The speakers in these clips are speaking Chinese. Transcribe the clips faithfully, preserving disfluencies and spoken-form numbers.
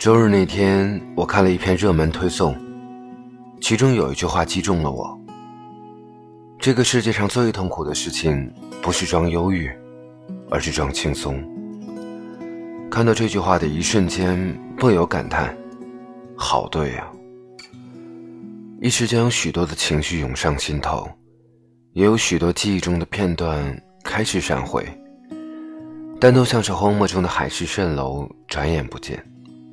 周日那天，我看了一篇热门推送，其中有一句话击中了我：这个世界上最痛苦的事情，不是装忧郁，而是装轻松。看到这句话的一瞬间，不由感叹，好对呀、啊。一时间有许多的情绪涌上心头，也有许多记忆中的片段开始闪回，但都像是荒漠中的海市蜃楼，转眼不见。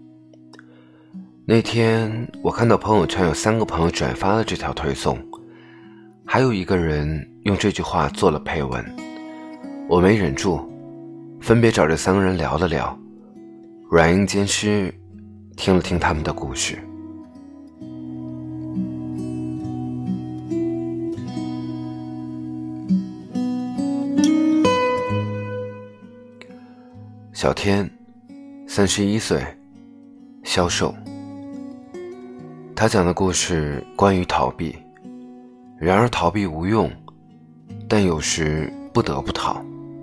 那天我看到朋友圈有三个朋友转发了这条推送，还有一个人用这句话做了配文，我没忍住，分别找这三个人聊了聊，软硬兼施，听了听他们的故事。小天，三十一岁，销售。他讲的故事关于逃避，然而逃避无用，但有时不得不逃。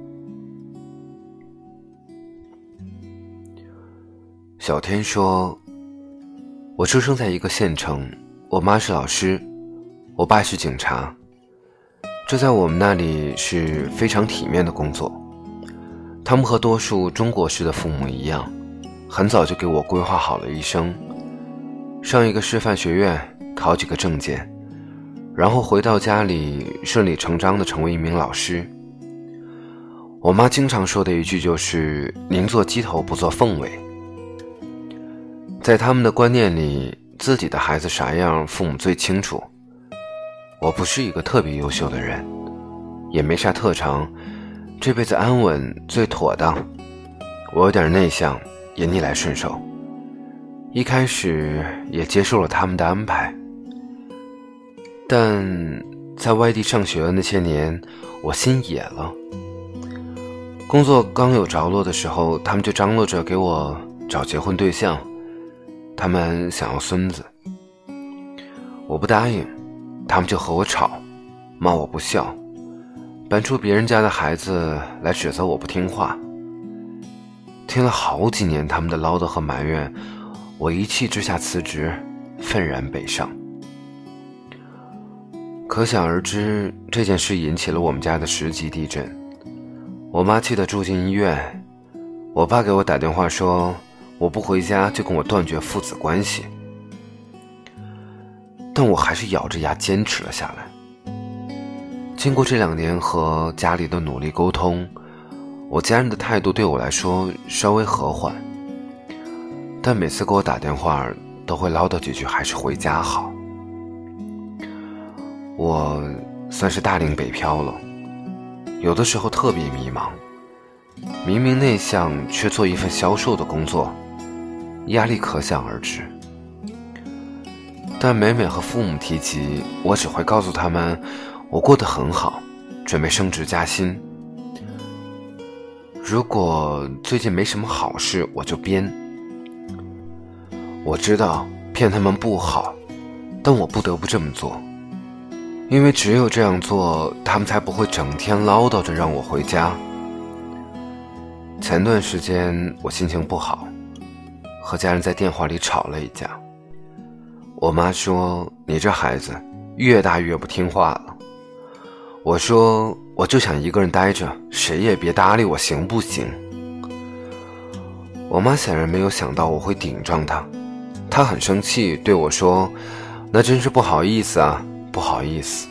小天说，我出生在一个县城，我妈是老师，我爸是警察，这在我们那里是非常体面的工作。他们和多数中国式的父母一样，很早就给我规划好了一生，上一个师范学院，考几个证件，然后回到家里顺理成章地成为一名老师。我妈经常说的一句就是宁做鸡头不做凤尾。在他们的观念里，自己的孩子啥样父母最清楚。我不是一个特别优秀的人，也没啥特长，这辈子安稳最妥当。我有点内向，也逆来顺受，一开始也接受了他们的安排。但在外地上学的那些年，我心野了。工作刚有着落的时候，他们就张罗着给我找结婚对象，他们想要孙子。我不答应，他们就和我吵，骂我不孝，搬出别人家的孩子来指责我不听话。听了好几年他们的唠叨和埋怨，我一气之下辞职，愤然北上。可想而知，这件事引起了我们家的十级地震。我妈气得住进医院，我爸给我打电话说，我不回家就跟我断绝父子关系。但我还是咬着牙坚持了下来。经过这两年和家里的努力沟通，我家人的态度对我来说稍微和缓，但每次给我打电话都会唠叨几句还是回家好。我算是大龄北漂了，有的时候特别迷茫，明明内向却做一份销售的工作，压力可想而知。但每每和父母提及，我只会告诉他们我过得很好，准备升职加薪。如果最近没什么好事，我就编。我知道骗他们不好，但我不得不这么做，因为只有这样做，他们才不会整天唠叨着让我回家。前段时间我心情不好，和家人在电话里吵了一架。我妈说，你这孩子越大越不听话了。我说，我就想一个人待着，谁也别搭理我，行不行？我妈显然没有想到我会顶撞她，她很生气，对我说，那真是不好意思啊，不好意思。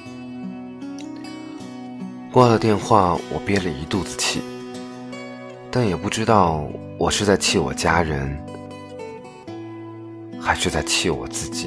挂了电话，我憋了一肚子气，但也不知道我是在气我家人，还是在气我自己。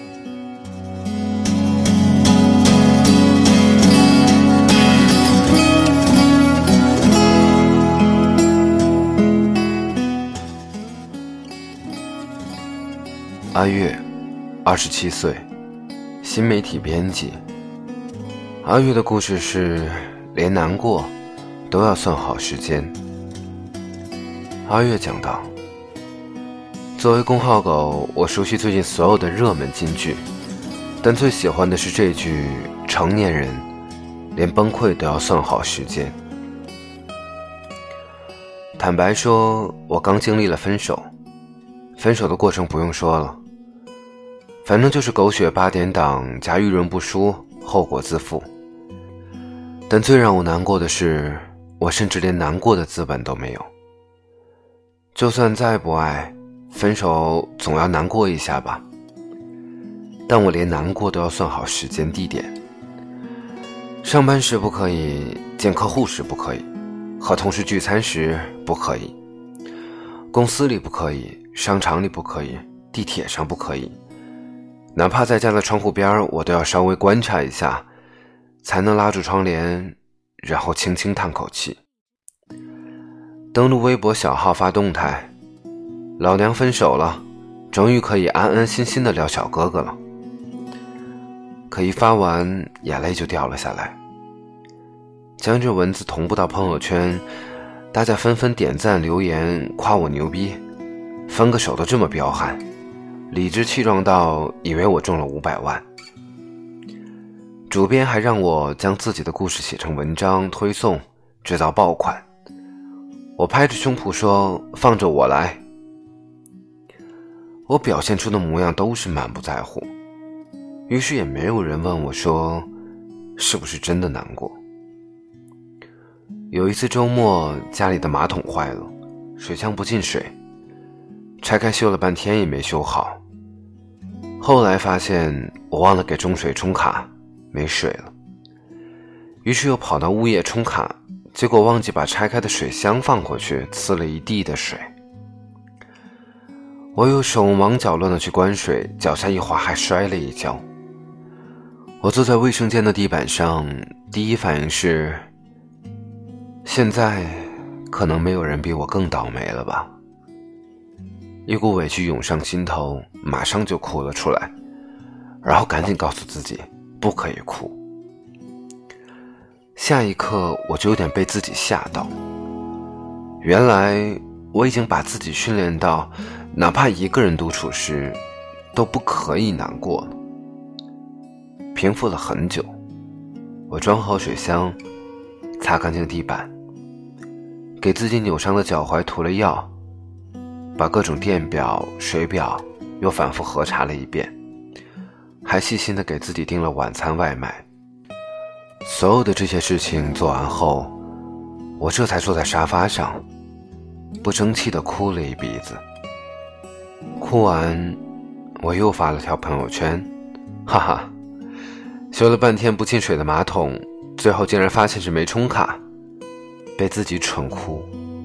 阿月，二十七岁，新媒体编辑。阿月的故事是，连难过都要算好时间。阿月讲道，作为公号狗，我熟悉最近所有的热门金句，但最喜欢的是这句，成年人连崩溃都要算好时间。坦白说，我刚经历了分手， 分手的过程不用说了，反正就是狗血八点档加遇人不淑，后果自负。但最让我难过的是，我甚至连难过的资本都没有。就算再不爱，分手总要难过一下吧。但我连难过都要算好时间地点。上班时不可以，见客户时不可以，和同事聚餐时不可以，公司里不可以，商场里不可以，地铁上不可以，哪怕在家的窗户边，我都要稍微观察一下，才能拉住窗帘，然后轻轻叹口气。登录微博小号发动态，老娘分手了，终于可以安安心心的聊小哥哥了。可一发完，眼泪就掉了下来。将这文字同步到朋友圈，大家纷纷点赞留言夸我牛逼，分个手都这么彪悍，理直气壮到以为我中了五百万。主编还让我将自己的故事写成文章推送，制造爆款。我拍着胸脯说，放着我来。我表现出的模样都是满不在乎，于是也没有人问我说是不是真的难过。有一次周末，家里的马桶坏了，水箱不进水，拆开修了半天也没修好。后来发现我忘了给中水充卡，没水了，于是又跑到物业充卡，结果忘记把拆开的水箱放回去，呲了一地的水。我又手忙脚乱地去关水，脚下一滑还摔了一跤。我坐在卫生间的地板上，第一反应是，现在可能没有人比我更倒霉了吧。一股委屈涌上心头，马上就哭了出来，然后赶紧告诉自己不可以哭。下一刻我就有点被自己吓到，原来我已经把自己训练到哪怕一个人独处时都不可以难过了。平复了很久，我装好水箱，擦干净地板，给自己扭伤的脚踝涂了药，把各种电表、水表又反复核查了一遍，还细心地给自己订了晚餐外卖。所有的这些事情做完后，我这才坐在沙发上，不争气地哭了一鼻子。哭完，我又发了条朋友圈，哈哈，修了半天不进水的马桶，最后竟然发现是没充卡，被自己蠢哭。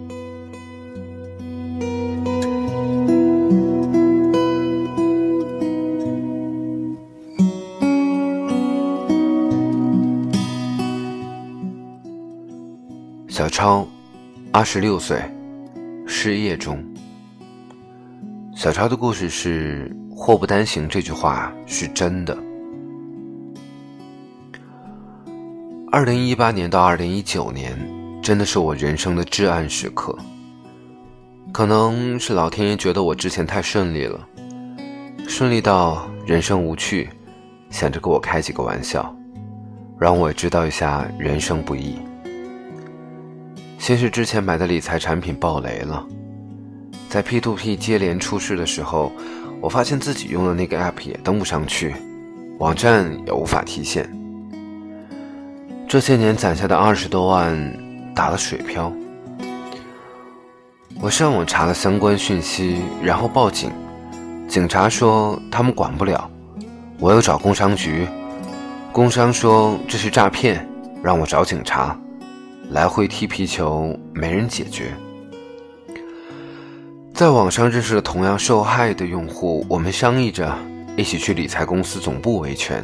小超，二十六岁，失业中。小超的故事是祸不单行，这句话是真的。二零一八年到二零一九年真的是我人生的至暗时刻，可能是老天爷觉得我之前太顺利了，顺利到人生无趣，想着给我开几个玩笑，让我也知道一下人生不易。先是之前买的理财产品爆雷了，在 P to P 接连出事的时候，我发现自己用的那个 app 也登不上去，网站也无法提现。这些年攒下的二十多万打了水漂。我上网查了相关讯息，然后报警，警察说他们管不了，我又找工商局，工商说这是诈骗，让我找警察，来回踢皮球没人解决。在网上认识了同样受害的用户，我们商议着一起去理财公司总部维权。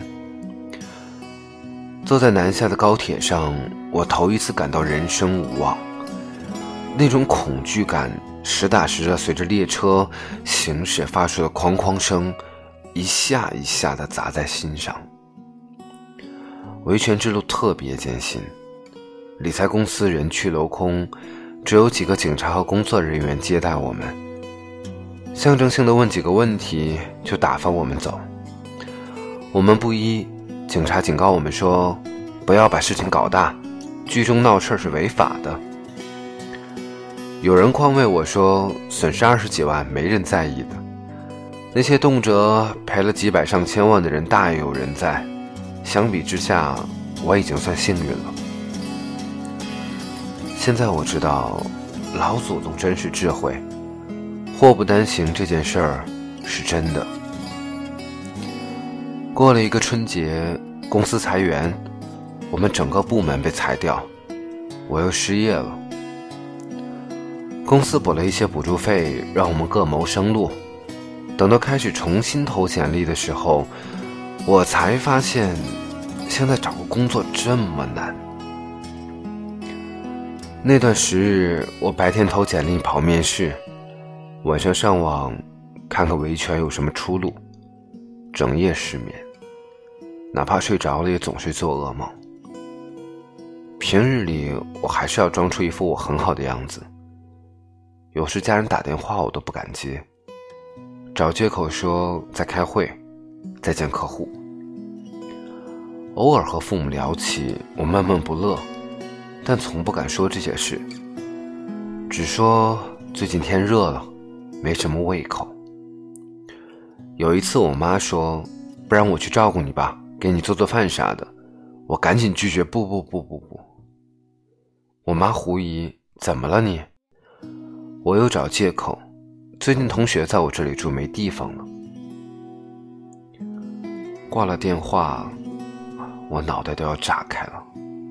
坐在南下的高铁上，我头一次感到人生无望，那种恐惧感实打实的随着列车行驶发出的哐哐声，一下一下的砸在心上。维权之路特别艰辛，理财公司人去楼空，只有几个警察和工作人员接待我们，象征性的问几个问题就打发我们走。我们不依，警察警告我们说不要把事情搞大，居中闹事是违法的。有人宽慰我说损失二十几万没人在意的， 那些动辄赔了几百上千万的人大有人在，相比之下，我已经算幸运了。现在我知道，老祖宗真是智慧，祸不单行这件事儿是真的。过了一个春节，公司裁员，我们整个部门被裁掉，我又失业了。公司补了一些补助费，让我们各谋生路。等到开始重新投简历的时候，我才发现现在找个工作这么难。那段时日，我白天投简历跑面试，晚上上网看看维权有什么出路，整夜失眠，哪怕睡着了也总是做噩梦。平日里我还是要装出一副我很好的样子，有时家人打电话我都不敢接，找借口说在开会，在见客户。偶尔和父母聊起，我闷闷不乐，但从不敢说这些事，只说最近天热了，没什么胃口。有一次我妈说，不然我去照顾你吧，给你做做饭啥的，我赶紧拒绝，不不不不不。我妈狐疑，怎么了你？我又找借口，最近同学在我这里住，没地方了。挂了电话，我脑袋都要炸开了。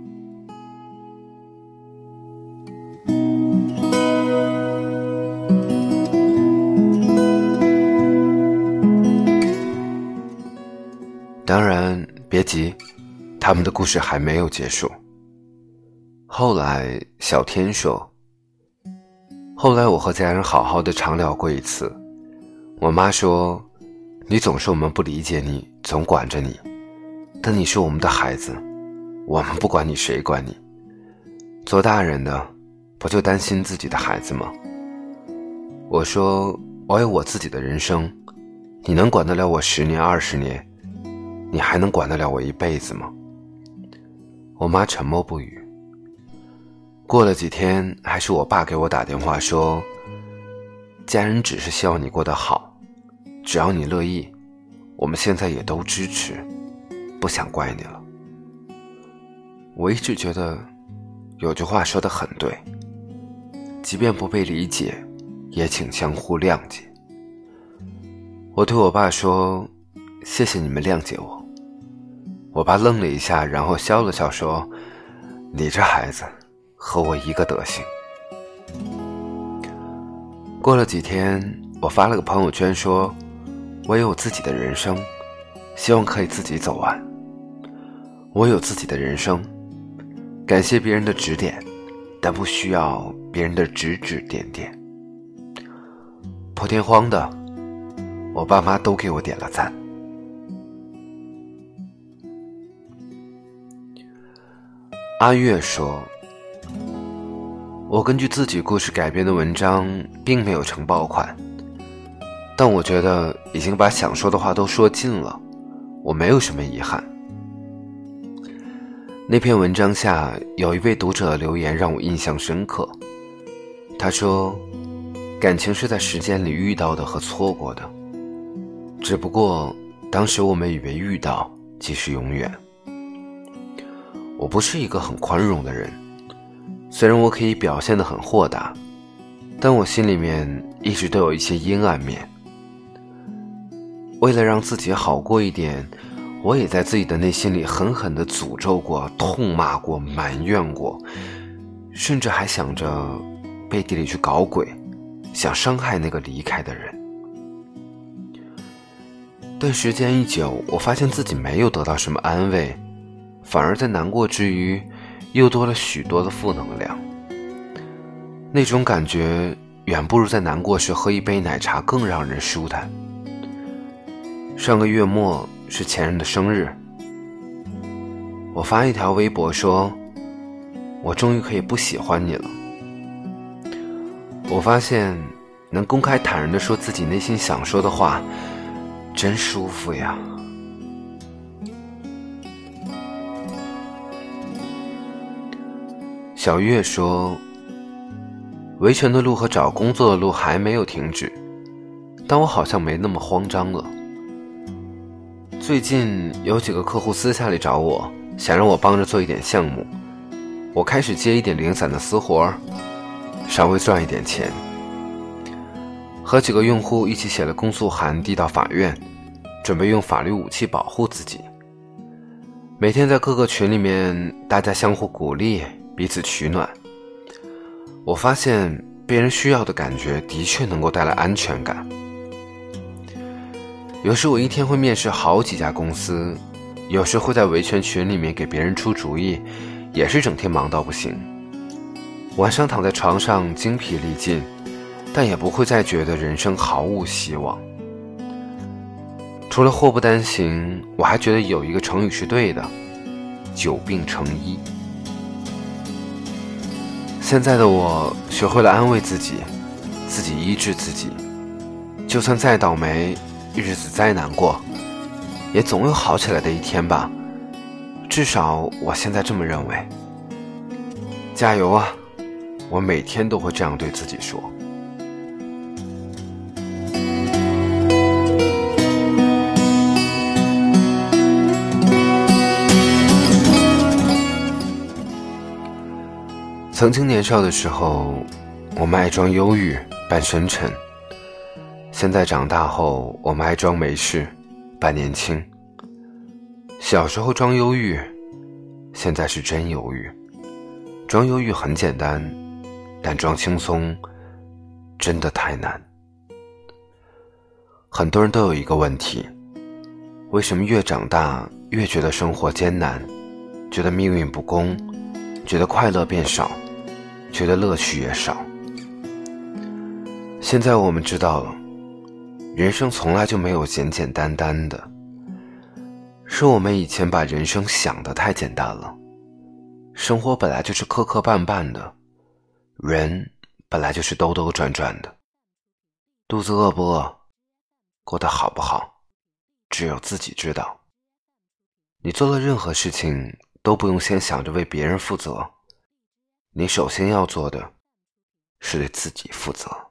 当然别急，他们的故事还没有结束。后来小天说，后来我和家人好好的长聊过一次，我妈说，你总说我们不理解你，总管着你，但你是我们的孩子，我们不管你谁管你，做大人的不就担心自己的孩子吗？我说，我有我自己的人生，你能管得了我十年二十年，你还能管得了我一辈子吗？我妈沉默不语。过了几天，还是我爸给我打电话说，家人只是希望你过得好，只要你乐意，我们现在也都支持，不想怪你了。我一直觉得有句话说得很对，即便不被理解，也请相互谅解。我对我爸说，谢谢你们谅解我。我爸愣了一下，然后笑了笑说，你这孩子和我一个德行。过了几天，我发了个朋友圈说，我有自己的人生，希望可以自己走完。我有自己的人生，感谢别人的指点，但不需要别人的指指点点。破天荒的，我爸妈都给我点了赞。阿月说，我根据自己故事改编的文章并没有成爆款，但我觉得已经把想说的话都说尽了，我没有什么遗憾。那篇文章下有一位读者的留言让我印象深刻，他说，感情是在时间里遇到的和错过的，只不过当时我们以为遇到即是永远。我不是一个很宽容的人，虽然我可以表现得很豁达，但我心里面一直都有一些阴暗面。为了让自己好过一点，我也在自己的内心里狠狠地诅咒过、痛骂过、埋怨过，甚至还想着背地里去搞鬼，想伤害那个离开的人。但时间一久，我发现自己没有得到什么安慰，反而在难过之余又多了许多的负能量。那种感觉远不如在难过时喝一杯奶茶更让人舒坦。上个月末是前任的生日，我发一条微博说，我终于可以不喜欢你了。我发现能公开坦然地说自己内心想说的话，真舒服呀。小月说，维权的路和找工作的路还没有停止， 但我好像没那么慌张了。最近有几个客户私下里找我，想让我帮着做一点项目，我开始接一点零散的私活，稍微赚一点钱。和几个用户一起写了公诉函递到法院，准备用法律武器保护自己。每天在各个群里面，大家相互鼓励，彼此取暖。我发现别人需要的感觉的确能够带来安全感。有时我一天会面试好几家公司，有时会在维权群里面给别人出主意，也是整天忙到不行。晚上躺在床上精疲力尽，但也不会再觉得人生毫无希望。除了祸不单行，我还觉得有一个成语是对的，久病成医。现在的我学会了安慰自己，自己医治自己，就算再倒霉，日子再难过，也总有好起来的一天吧，至少我现在这么认为。加油啊，我每天都会这样对自己说。曾经年少的时候，我们爱装忧郁，扮深沉。现在长大后，我们爱装没事，扮年轻。小时候装忧郁，现在是真忧郁。装忧郁很简单，但装轻松真的太难。很多人都有一个问题，为什么越长大越觉得生活艰难，觉得命运不公，觉得快乐变少，觉得乐趣也少？现在我们知道了，人生从来就没有简简单单的，是我们以前把人生想得太简单了。生活本来就是磕磕绊绊的，人本来就是兜兜转转的。肚子饿不饿，过得好不好，只有自己知道。你做了任何事情都不用先想着为别人负责，你首先要做的是对自己负责。